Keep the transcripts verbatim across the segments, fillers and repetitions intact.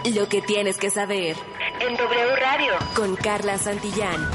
Lo que tienes que saber en W Radio con Carla Santillán.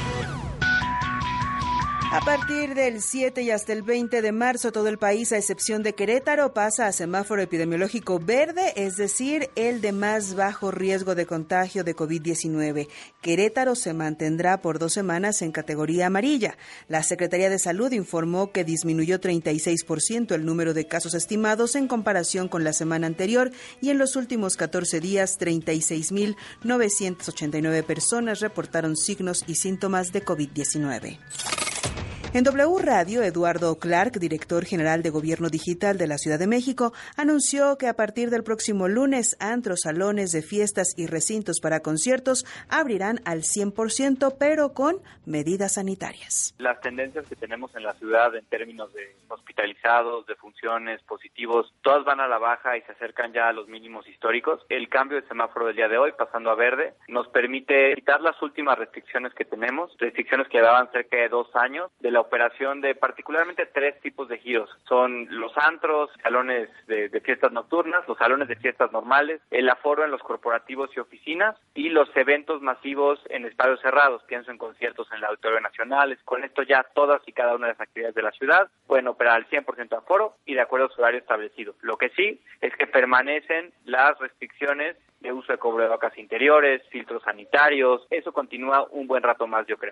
A partir del siete y hasta el veinte de marzo, todo el país, a excepción de Querétaro, pasa a semáforo epidemiológico verde, es decir, el de más bajo riesgo de contagio de covid diecinueve. Querétaro se mantendrá por dos semanas en categoría amarilla. La Secretaría de Salud informó que disminuyó treinta y seis por ciento el número de casos estimados en comparación con la semana anterior y en los últimos catorce días, treinta y seis mil novecientas ochenta y nueve personas reportaron signos y síntomas de covid diecinueve. En W Radio, Eduardo Clark, director general de Gobierno Digital de la Ciudad de México, anunció que a partir del próximo lunes, antros, salones de fiestas y recintos para conciertos abrirán al cien por ciento, pero con medidas sanitarias. Las tendencias que tenemos en la ciudad en términos de hospitalizados, de funciones, positivos, todas van a la baja y se acercan ya a los mínimos históricos. El cambio de semáforo del día de hoy, pasando a verde, nos permite quitar las últimas restricciones que tenemos, restricciones que daban cerca de dos años, de la operación de particularmente tres tipos de giros. Son los antros, salones de, de fiestas nocturnas, los salones de fiestas normales, el aforo en los corporativos y oficinas y los eventos masivos en espacios cerrados. Pienso en conciertos en el Auditorio Nacional. Con esto ya todas y cada una de las actividades de la ciudad pueden operar al cien por ciento aforo y de acuerdo a su horario establecido. Lo que sí es que permanecen las restricciones de uso de cubrebocas interiores, filtros sanitarios. Eso continúa un buen rato más, yo creo.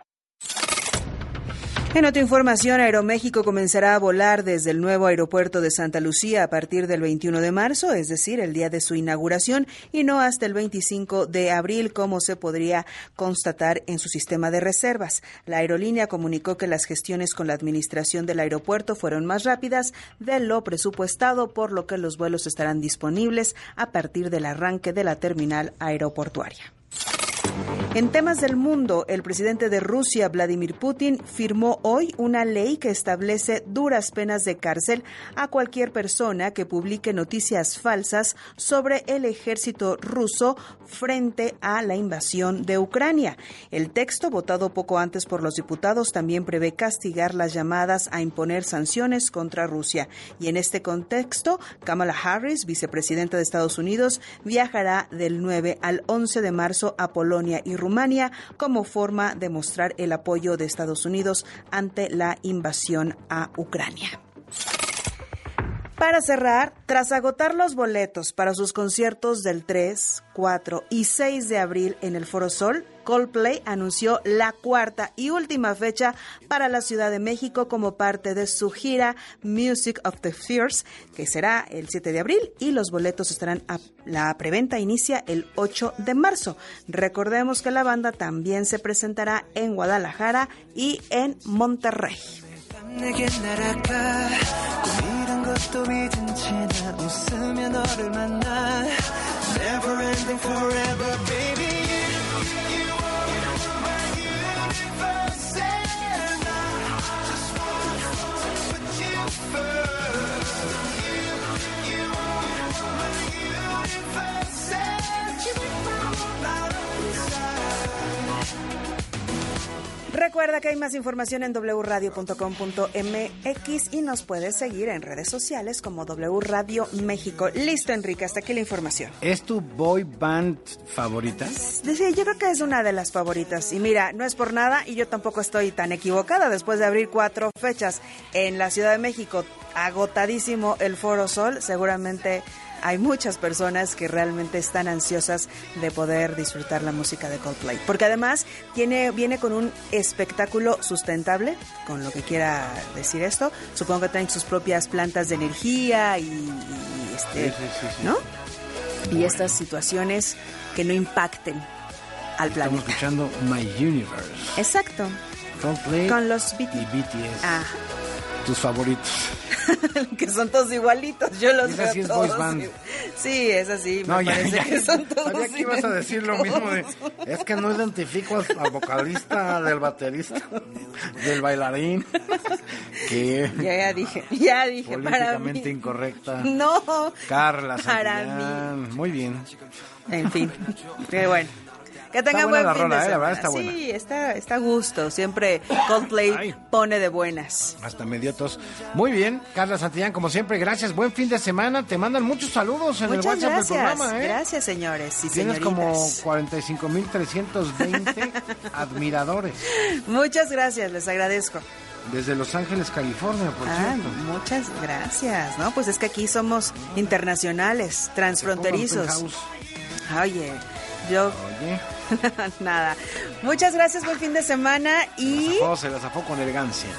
En otra información, Aeroméxico comenzará a volar desde el nuevo aeropuerto de Santa Lucía a partir del veintiuno de marzo, es decir, el día de su inauguración, y no hasta el veinticinco de abril, como se podría constatar en su sistema de reservas. La aerolínea comunicó que las gestiones con la administración del aeropuerto fueron más rápidas de lo presupuestado, por lo que los vuelos estarán disponibles a partir del arranque de la terminal aeroportuaria. En temas del mundo, el presidente de Rusia, Vladimir Putin, firmó hoy una ley que establece duras penas de cárcel a cualquier persona que publique noticias falsas sobre el ejército ruso frente a la invasión de Ucrania. El texto, votado poco antes por los diputados, también prevé castigar las llamadas a imponer sanciones contra Rusia. Y en este contexto, Kamala Harris, vicepresidenta de Estados Unidos, viajará del nueve al once de marzo a Polonia y Rumania como forma de mostrar el apoyo de Estados Unidos ante la invasión a Ucrania. Para cerrar, tras agotar los boletos para sus conciertos del tres, cuatro y seis de abril en el Foro Sol, Coldplay anunció la cuarta y última fecha para la Ciudad de México como parte de su gira Music of the Spheres, que será el siete de abril, y los boletos estarán a la preventa inicia el ocho de marzo. Recordemos que la banda también se presentará en Guadalajara y en Monterrey. Recuerda que hay más información en doble u radio punto com punto m x y nos puedes seguir en redes sociales como W Radio México. Listo, Enrique, hasta aquí la información. ¿Es tu boy band favorita? Sí, yo creo que es una de las favoritas. Y mira, no es por nada y yo tampoco estoy tan equivocada. Después de abrir cuatro fechas en la Ciudad de México, agotadísimo el Foro Sol, seguramente hay muchas personas que realmente están ansiosas de poder disfrutar la música de Coldplay, porque además tiene viene con un espectáculo sustentable, con lo que quiera decir esto. Supongo que traen sus propias plantas de energía y, y este, sí, sí, sí, sí. ¿no? Y estas situaciones que no impacten al planeta. Estamos escuchando My Universe. Exacto. Coldplay con los B T S. Y B T S. Ah. Tus favoritos. Que son todos igualitos, yo los Esa veo sí es todos. boys band. Sí, es así, me no, ya, parece ya, que son todos. Sabía que ibas a decir lo mismo de, es que no identifico al, al vocalista, del baterista, del bailarín. Que ya, ya dije, ya dije, para mí. Políticamente incorrecta. No, Carla para Santillán. mí. Muy bien. En fin, qué bueno. Que tengan está buena buen la fin rola, de eh, semana. la verdad está buena. Sí, está, está a gusto. Siempre Coldplay Ay. pone de buenas. Hasta me dio tos. Muy bien, Carla Santillán, como siempre, gracias. Buen fin de semana. Te mandan muchos saludos en en Muchas el WhatsApp gracias. del programa, ¿eh? Gracias, señores y Tienes señoritas. como cuarenta y cinco mil trescientos veinte admiradores. Muchas gracias, les agradezco. Desde Los Ángeles, California, por Ah, cierto. muchas gracias. No, pues es que aquí somos internacionales, transfronterizos. Oye, yo... Oye. Nada. Muchas gracias, buen fin de semana y... Se la zafó, se la zafó con elegancia.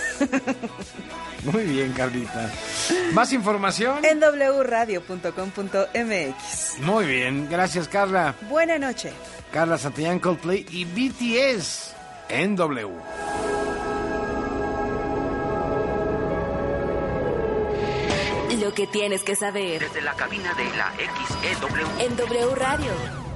Muy bien, Carlita. ¿Más información? En doble u radio punto com punto eme equis. Muy bien, gracias, Carla. Buena noche. Carla Santillán, Coldplay y B T S en W. Lo que tienes que saber Desde la cabina de la X E W. en W Radio.